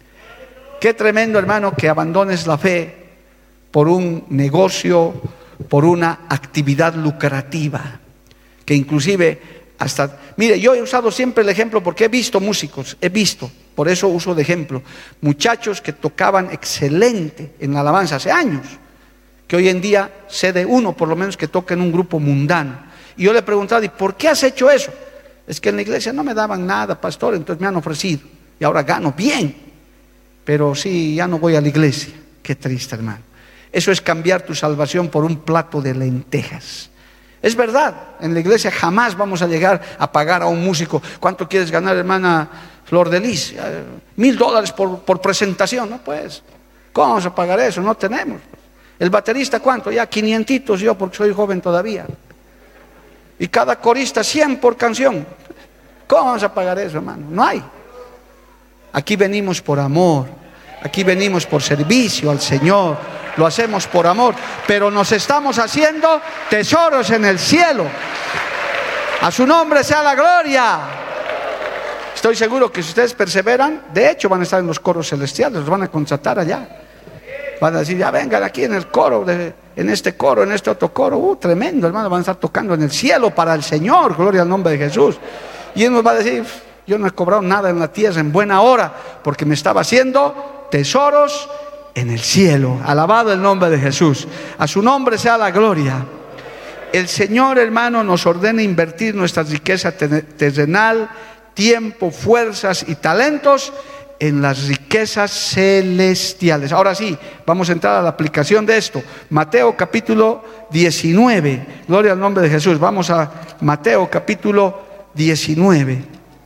Qué tremendo, hermano, que abandones la fe por un negocio, por una actividad lucrativa, que inclusive hasta, mire, yo he usado siempre el ejemplo porque he visto músicos, he visto, por eso uso de ejemplo, muchachos que tocaban excelente en la alabanza hace años, que hoy en día sé de uno por lo menos que toca en un grupo mundano. Y yo le he preguntado, ¿y por qué has hecho eso? Es que en la iglesia no me daban nada, pastor, entonces me han ofrecido. Y ahora gano bien, pero sí, ya no voy a la iglesia. Qué triste, hermano. Eso es cambiar tu salvación por un plato de lentejas. Es verdad, en la iglesia jamás vamos a llegar a pagar a un músico. ¿Cuánto quieres ganar, hermana Flor de Lis? Mil dólares por, por presentación, ¿no? Pues, ¿cómo vamos a pagar eso? No tenemos. El baterista, ¿cuánto? Ya quinientitos yo, porque soy joven todavía. Y cada corista cien por canción. ¿Cómo vamos a pagar eso, hermano? No hay. Aquí venimos por amor, aquí venimos por servicio al Señor, lo hacemos por amor, pero nos estamos haciendo tesoros en el cielo. A su nombre sea la gloria. Estoy seguro que si ustedes perseveran, de hecho van a estar en los coros celestiales, los van a contratar allá. Van a decir, ya vengan aquí en el coro, de, en este coro, en este otro coro. Uh, tremendo, hermano, van a estar tocando en el cielo para el Señor, gloria al nombre de Jesús. Y Él nos va a decir, yo no he cobrado nada en la tierra en buena hora, porque me estaba haciendo tesoros en el cielo. Alabado el nombre de Jesús. A su nombre sea la gloria. El Señor, hermano, nos ordena invertir nuestra riqueza terrenal, tiempo, fuerzas y talentos en las riquezas celestiales. Ahora sí, vamos a entrar a la aplicación de esto. Mateo capítulo diecinueve. Gloria al nombre de Jesús. Vamos a Mateo capítulo diecinueve.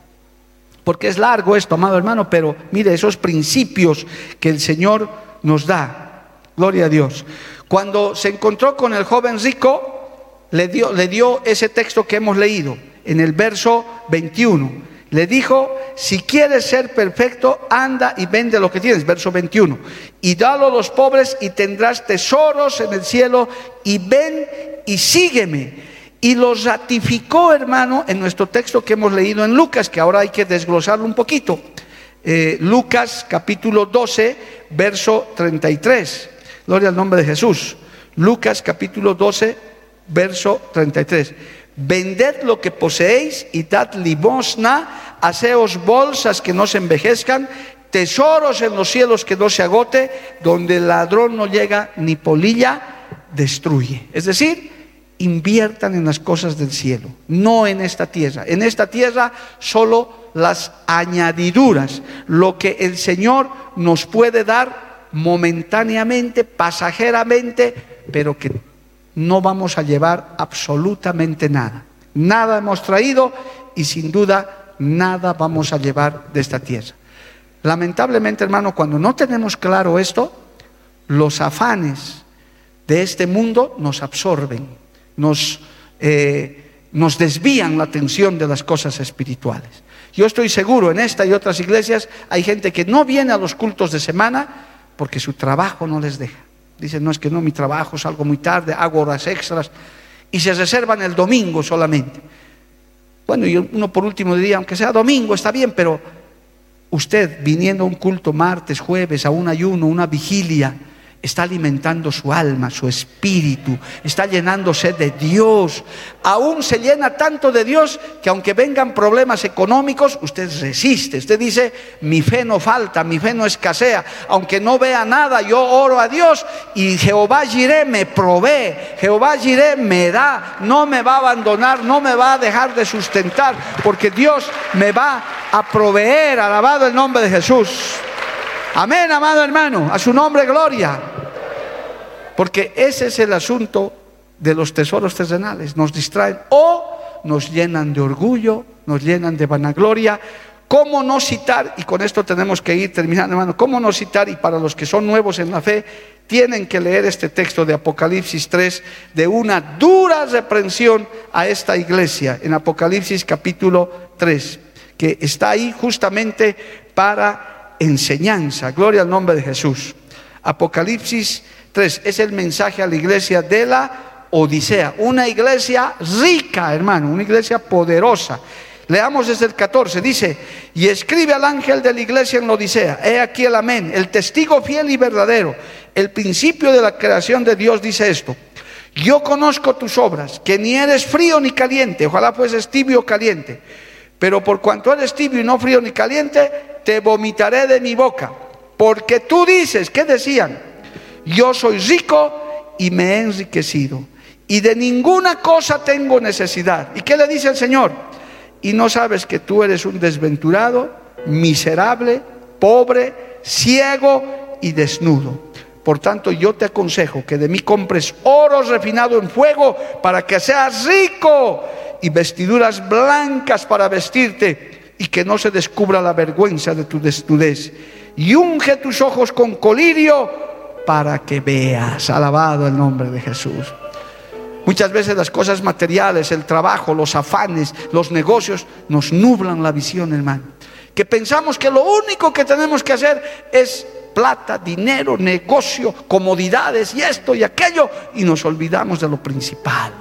Porque es largo esto, amado hermano, pero mire esos principios que el Señor nos da. Gloria a Dios. Cuando se encontró con el joven rico, le dio, le dio ese texto que hemos leído en el verso veintiuno. Le dijo, si quieres ser perfecto, anda y vende lo que tienes, verso veintiuno, y dalo a los pobres y tendrás tesoros en el cielo, y ven y sígueme. Y lo ratificó, hermano, en nuestro texto que hemos leído en Lucas, que ahora hay que desglosarlo un poquito. Eh, Lucas capítulo doce, verso treinta y tres. Gloria al nombre de Jesús. Lucas capítulo doce, verso treinta y tres. Vended lo que poseéis y dad limosna, haceos bolsas que no se envejezcan, tesoros en los cielos que no se agote, donde el ladrón no llega ni polilla destruye. Es decir, inviertan en las cosas del cielo, no en esta tierra. En esta tierra solo las añadiduras, lo que el Señor nos puede dar momentáneamente, pasajeramente, pero que no vamos a llevar absolutamente nada. Nada hemos traído y sin duda nada vamos a llevar de esta tierra. Lamentablemente, hermano, cuando no tenemos claro esto, los afanes de este mundo nos absorben, nos, eh, nos desvían la atención de las cosas espirituales. Yo estoy seguro, en esta y otras iglesias hay gente que no viene a los cultos de semana porque su trabajo no les deja. Dicen, no, es que no, mi trabajo, salgo muy tarde, hago horas extras, y se reservan el domingo solamente. Bueno, y uno por último diría, aunque sea domingo está bien, pero usted viniendo a un culto martes, jueves, a un ayuno, una vigilia, está alimentando su alma, su espíritu, está llenándose de Dios. Aún se llena tanto de Dios que aunque vengan problemas económicos, usted resiste. Usted dice, mi fe no falta, mi fe no escasea. Aunque no vea nada, yo oro a Dios y Jehová Jireh me provee, Jehová Jireh me da, no me va a abandonar, no me va a dejar de sustentar, porque Dios me va a proveer. Alabado el nombre de Jesús. Amén, amado hermano, a su nombre gloria. Porque ese es el asunto de los tesoros terrenales. Nos distraen o nos llenan de orgullo, nos llenan de vanagloria. ¿Cómo no citar? Y con esto tenemos que ir terminando, hermano. ¿Cómo no citar? Y para los que son nuevos en la fe, tienen que leer este texto de Apocalipsis tres, de una dura reprensión a esta iglesia, en Apocalipsis capítulo tres, que está ahí justamente para enseñanza. Gloria al nombre de Jesús. Apocalipsis tres es el mensaje a la iglesia de la Odisea, una iglesia rica, hermano, una iglesia poderosa. Leamos desde el catorce, dice, y escribe al ángel de la iglesia en la Odisea, he aquí el amén, el testigo fiel y verdadero, el principio de la creación de Dios, dice esto: yo conozco tus obras, que ni eres frío ni caliente, ojalá fueses tibio o caliente, pero por cuanto eres tibio y no frío ni caliente, te vomitaré de mi boca. Porque tú dices, ¿qué decían? Yo soy rico y me he enriquecido, y de ninguna cosa tengo necesidad. ¿Y qué le dice el Señor? Y no sabes que tú eres un desventurado, miserable, pobre, ciego y desnudo. Por tanto, yo te aconsejo que de mí compres oro refinado en fuego para que seas rico, y vestiduras blancas para vestirte, y que no se descubra la vergüenza de tu desnudez, y unge tus ojos con colirio para que veas. Alabado el nombre de Jesús. Muchas veces las cosas materiales, el trabajo, los afanes, los negocios nos nublan la visión, hermano, que pensamos que lo único que tenemos que hacer es plata, dinero, negocio, comodidades y esto y aquello, y nos olvidamos de lo principal.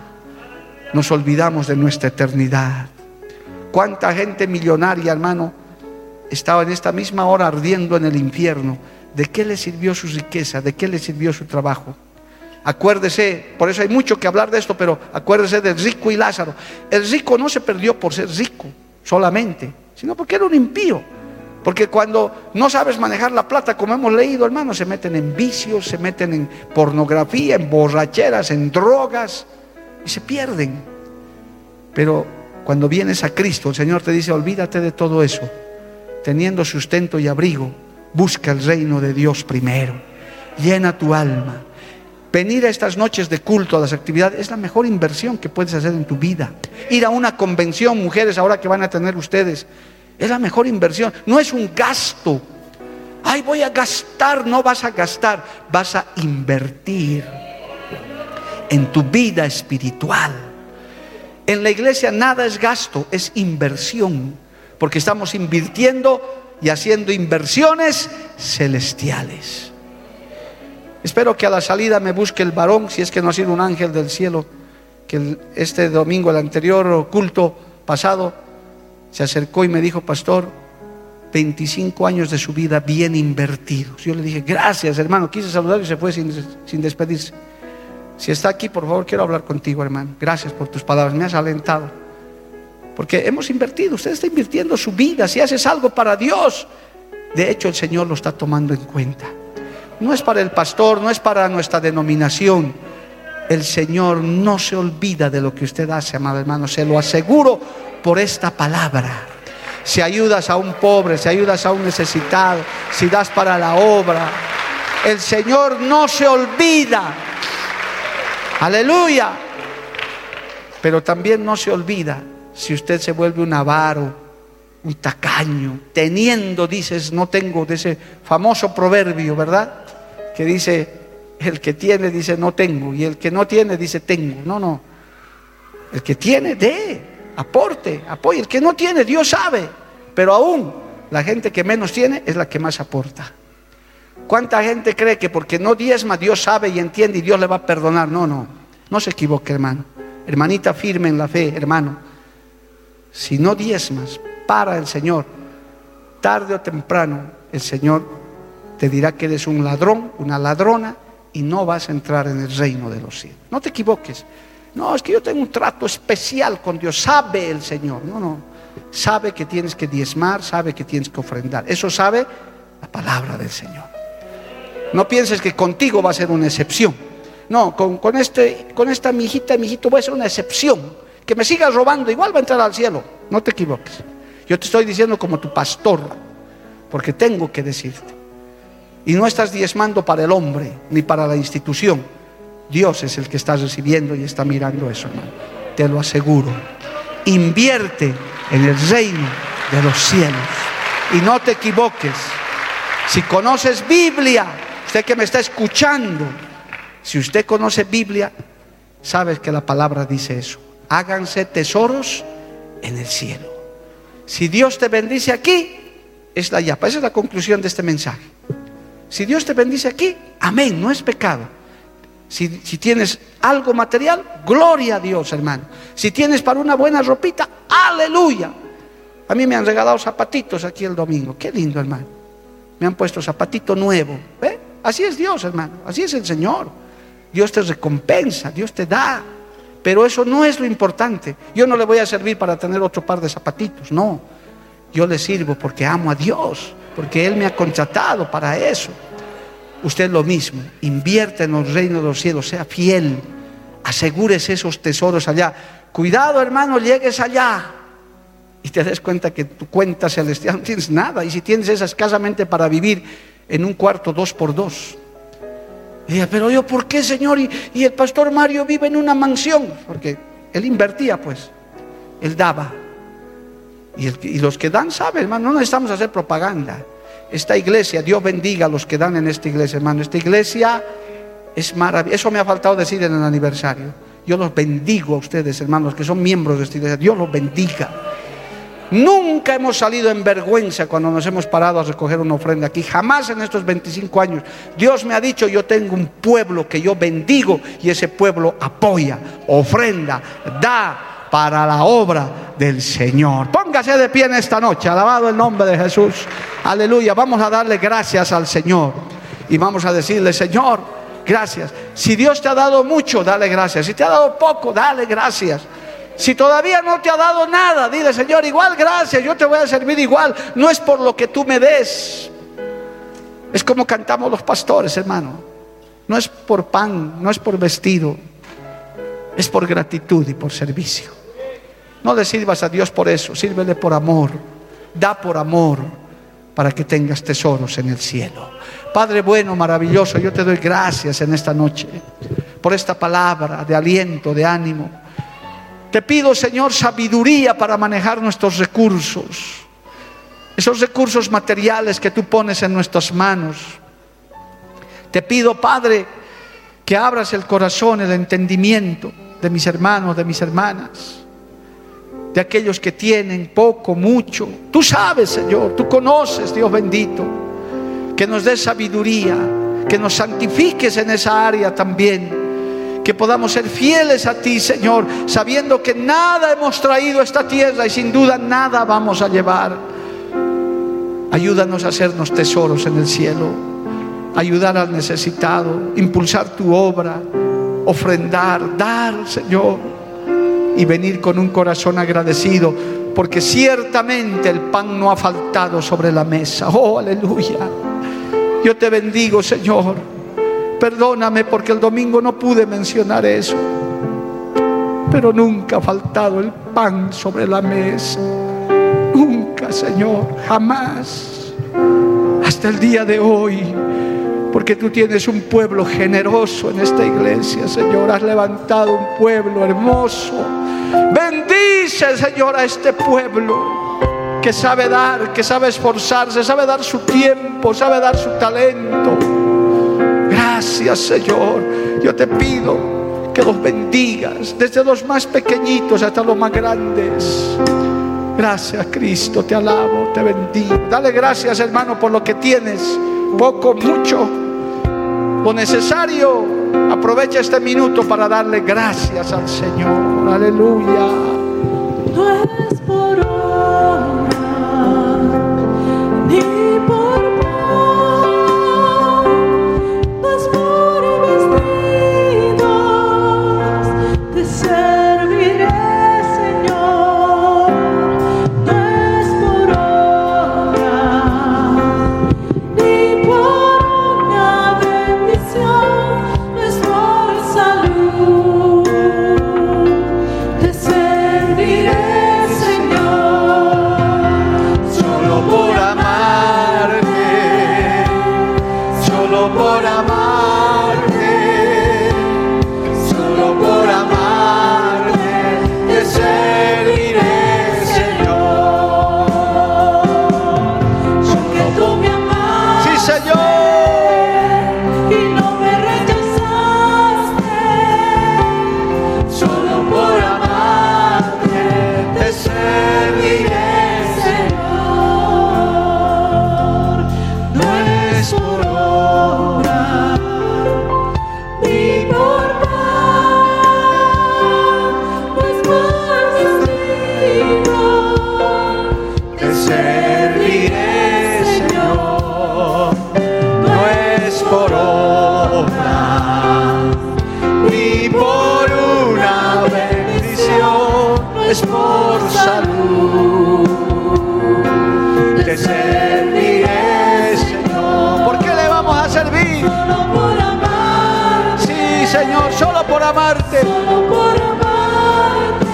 Nos olvidamos de nuestra eternidad. ¿Cuánta gente millonaria, hermano, estaba en esta misma hora ardiendo en el infierno? ¿De qué le sirvió su riqueza? ¿De qué le sirvió su trabajo? Acuérdese, por eso hay mucho que hablar de esto, pero acuérdese del rico y Lázaro. El rico no se perdió por ser rico solamente, sino porque era un impío. Porque cuando no sabes manejar la plata, como hemos leído, hermano, se meten en vicios, se meten en pornografía, en borracheras, en drogas, y se pierden. Pero cuando vienes a Cristo, el Señor te dice, olvídate de todo eso. Teniendo sustento y abrigo, busca el reino de Dios primero. Llena tu alma. Venir a estas noches de culto, a las actividades, es la mejor inversión que puedes hacer en tu vida. Ir a una convención, mujeres, ahora que van a tener ustedes, es la mejor inversión. No es un gasto. Ay, voy a gastar. No vas a gastar, vas a invertir en tu vida espiritual. En la iglesia nada es gasto, es inversión, porque estamos invirtiendo y haciendo inversiones celestiales. Espero que a la salida me busque el varón, si es que no ha sido un ángel del cielo, que el, este domingo, el anterior culto pasado, se acercó y me dijo, pastor, veinticinco años de su vida bien invertidos. Yo le dije, gracias, hermano. Quise saludarlo y se fue sin, sin despedirse. Si está aquí, por favor, quiero hablar contigo, hermano. Gracias por tus palabras, me has alentado. Porque hemos invertido, usted está invirtiendo su vida. Si haces algo para Dios, de hecho el Señor lo está tomando en cuenta. No es para el pastor, no es para nuestra denominación. El Señor no se olvida de lo que usted hace, amado hermano. Se lo aseguro por esta palabra. Si ayudas a un pobre, si ayudas a un necesitado, si das para la obra, el Señor no se olvida. Aleluya. Pero también no se olvida si usted se vuelve un avaro, un tacaño. Teniendo, dices, no tengo, de ese famoso proverbio, ¿verdad? Que dice, el que tiene dice no tengo, y el que no tiene dice tengo. No, no. El que tiene, dé, aporte, apoye. El que no tiene, Dios sabe. Pero aún la gente que menos tiene es la que más aporta. ¿Cuánta gente cree que porque no diezma Dios sabe y entiende y Dios le va a perdonar? No, no, no se equivoque, hermano. Hermanita firme en la fe, hermano. Si no diezmas para el Señor, tarde o temprano el Señor te dirá que eres un ladrón, una ladrona, y no vas a entrar en el reino de los cielos. No te equivoques. No, es que yo tengo un trato especial con Dios. Sabe el Señor. No, no. Sabe que tienes que diezmar, sabe que tienes que ofrendar. Eso sabe la palabra del Señor. No pienses que contigo va a ser una excepción. No, con, con, este, con esta mijita, mijito, voy a ser una excepción. Que me sigas robando, igual va a entrar al cielo. No te equivoques. Yo te estoy diciendo como tu pastor, porque tengo que decirte. Y no estás diezmando para el hombre, ni para la institución. Dios es el que está recibiendo y está mirando eso, hermano. Te lo aseguro. Invierte en el reino de los cielos. Y no te equivoques. Si conoces Biblia, usted que me está escuchando, si usted conoce Biblia, sabes que la palabra dice eso. Háganse tesoros en el cielo. Si Dios te bendice aquí, es la yapa. Esa es la conclusión de este mensaje. Si Dios te bendice aquí, amén, no es pecado. Si, si tienes algo material, gloria a Dios, hermano. Si tienes para una buena ropita, aleluya. A mí me han regalado zapatitos aquí el domingo. Qué lindo, hermano. Me han puesto zapatito nuevo. ¿Ve? Así es Dios, hermano. Así es el Señor. Dios te recompensa, Dios te da. Pero eso no es lo importante. Yo no le voy a servir para tener otro par de zapatitos, no. Yo le sirvo porque amo a Dios, porque Él me ha contratado para eso. Usted lo mismo, invierte en los reinos de los cielos, sea fiel, asegúrese esos tesoros allá. Cuidado, hermano, llegues allá y te des cuenta que tu cuenta celestial no tienes nada. Y si tienes esa escasamente para vivir en un cuarto dos por dos. Y diga, pero yo, ¿por qué, Señor? Y, y el pastor Mario vive en una mansión. Porque él invertía, pues, él daba. Y, el, y los que dan saben, hermano, no necesitamos hacer propaganda. Esta iglesia, Dios bendiga a los que dan en esta iglesia, hermano. Esta iglesia es maravillosa. Eso me ha faltado decir en el aniversario. Yo los bendigo a ustedes, hermanos, que son miembros de esta iglesia. Dios los bendiga. Nunca hemos salido en vergüenza cuando nos hemos parado a recoger una ofrenda aquí. Jamás en estos veinticinco años. Dios me ha dicho, yo tengo un pueblo que yo bendigo y ese pueblo apoya, ofrenda, da para la obra del Señor. Póngase de pie en esta noche, alabado el nombre de Jesús. Aleluya, vamos a darle gracias al Señor y vamos a decirle, Señor, gracias. Si Dios te ha dado mucho, dale gracias. Si te ha dado poco, dale gracias. Si todavía no te ha dado nada, dile, Señor, igual gracias, yo te voy a servir igual. No es por lo que tú me des. Es como cantamos los pastores, hermano. No es por pan, no es por vestido. Es por gratitud y por servicio. No le sirvas a Dios por eso, sírvele por amor. Da por amor para que tengas tesoros en el cielo. Padre bueno, maravilloso, yo te doy gracias en esta noche por esta palabra de aliento, de ánimo. Te pido, Señor, sabiduría para manejar nuestros recursos, esos recursos materiales que tú pones en nuestras manos. Te pido, Padre, que abras el corazón, el entendimiento de mis hermanos, de mis hermanas, de aquellos que tienen poco, mucho. Tú sabes, Señor, tú conoces, Dios bendito. Que nos des sabiduría, que nos santifiques en esa área también. Que podamos ser fieles a ti, Señor, sabiendo que nada hemos traído a esta tierra y sin duda nada vamos a llevar. Ayúdanos a hacernos tesoros en el cielo, ayudar al necesitado, impulsar tu obra, ofrendar, dar, Señor, y venir con un corazón agradecido, porque ciertamente el pan no ha faltado sobre la mesa. Oh, aleluya. Yo te bendigo, Señor. Perdóname porque el domingo no pude mencionar eso, pero nunca ha faltado el pan sobre la mesa. Nunca, Señor, jamás. Hasta el día de hoy, porque tú tienes un pueblo generoso en esta iglesia, Señor. Has levantado un pueblo hermoso. Bendice, Señor, a este pueblo. que sabe dar, que sabe esforzarse, sabe dar su tiempo, sabe dar su talento. Gracias, Señor. Yo te pido que los bendigas, desde los más pequeñitos hasta los más grandes. Gracias, Cristo, te alabo, te bendigo. Dale gracias, hermano, por lo que tienes, poco, mucho, lo necesario. Aprovecha este minuto para darle gracias al Señor. Aleluya. No es por obra ni por pan, no es por vestidos, te serviré, Señor. No es por obra ni por una bendición, no es por salud, te serviré. Por amarte, solo por amarte, te serviré, Señor. Porque tú me amaste, sí, Señor, y no me rechazaste. Solo por amarte, te serviré, Señor. No es por es por salud, te serviré, Señor. ¿Por qué le vamos a servir? Solo por amarte. Sí, Señor, solo por amarte. Solo por amarte.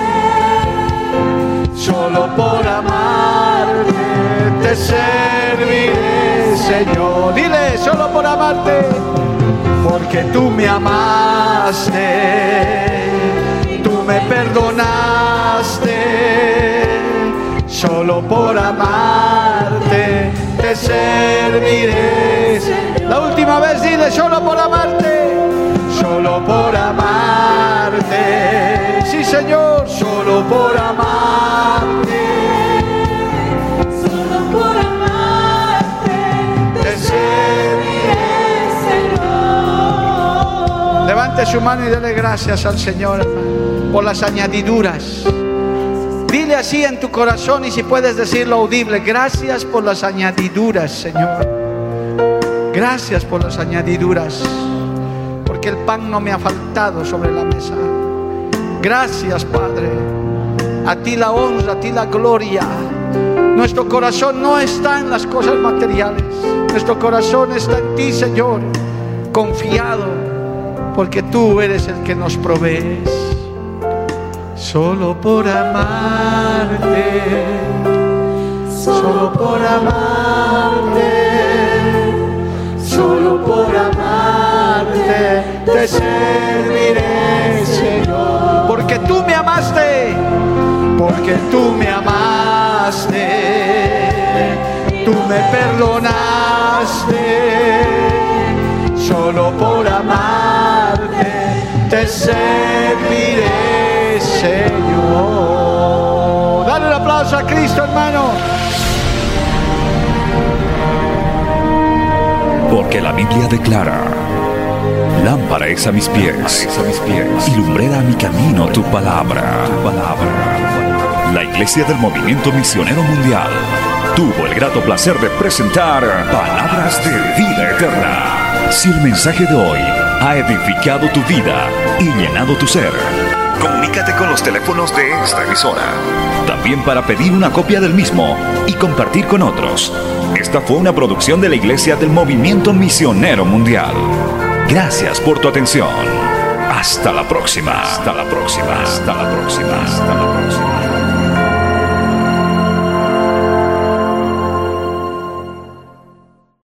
Solo por amarte, te serviré, Señor. Dile, solo por amarte, porque tú me amaste, tú me perdonaste, solo por amarte te serviré. La última vez dile, solo por amarte, solo por amarte. Sí, Señor, solo por amarte, solo por amarte te serviré, Señor. Levante su mano y dele gracias al Señor, hermano, por las añadiduras. Dile así en tu corazón, y si puedes decirlo audible: gracias por las añadiduras, Señor. Gracias por las añadiduras, porque el pan no me ha faltado sobre la mesa. Gracias, Padre. A ti la honra, a ti la gloria. Nuestro corazón no está en las cosas materiales. Nuestro corazón está en ti, Señor, confiado, porque tú eres el que nos provees. Solo por amarte, solo por amarte, solo por amarte te serviré, Señor. Porque tú me amaste, porque tú me amaste, tú me perdonaste, solo por amarte te serviré, Señor. Dale un aplauso a Cristo, hermano. Porque la Biblia declara: lámpara es a mis pies, a mis pies, y lumbrera a mi camino tu palabra, tu palabra. La Iglesia del Movimiento Misionero Mundial tuvo el grato placer de presentar Palabras de Vida Eterna. Si el mensaje de hoy ha edificado tu vida y llenado tu ser, comunícate con los teléfonos de esta emisora. También para pedir una copia del mismo y compartir con otros. Esta fue una producción de la Iglesia del Movimiento Misionero Mundial. Gracias por tu atención. Hasta la próxima. Hasta la próxima. Hasta la próxima.